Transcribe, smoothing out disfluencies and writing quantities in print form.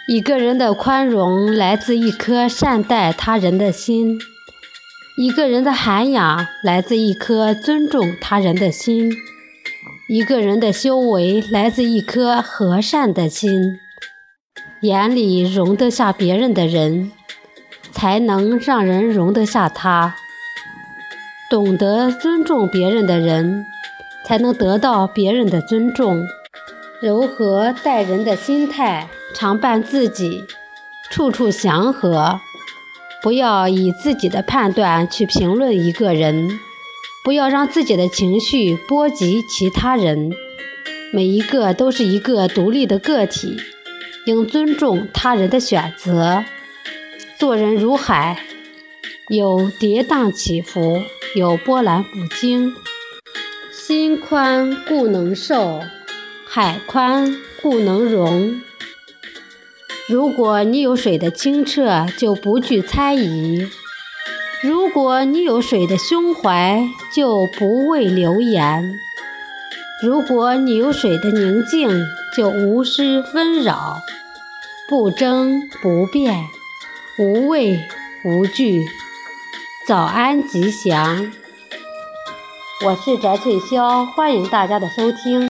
一个人的宽容来自一颗善待他人的心，一个人的涵养来自一颗尊重他人的心，一个人的修为来自一颗和善的心。眼里容得下别人的人，才能让人容得下他。懂得尊重别人的人，才能得到别人的尊重。柔和待人的心态常伴自己，处处祥和。不要以自己的判断去评论一个人，不要让自己的情绪波及其他人。每一个都是一个独立的个体，应尊重他人的选择。做人如海，有跌宕起伏，有波澜不惊。心宽故能受，海宽故能容。如果你有水的清澈，就不惧猜疑；如果你有水的胸怀，就不畏流言；如果你有水的宁静，就无施纷扰。不争不辩，无畏无惧。早安吉祥。我是翟翠霄，欢迎大家的收听。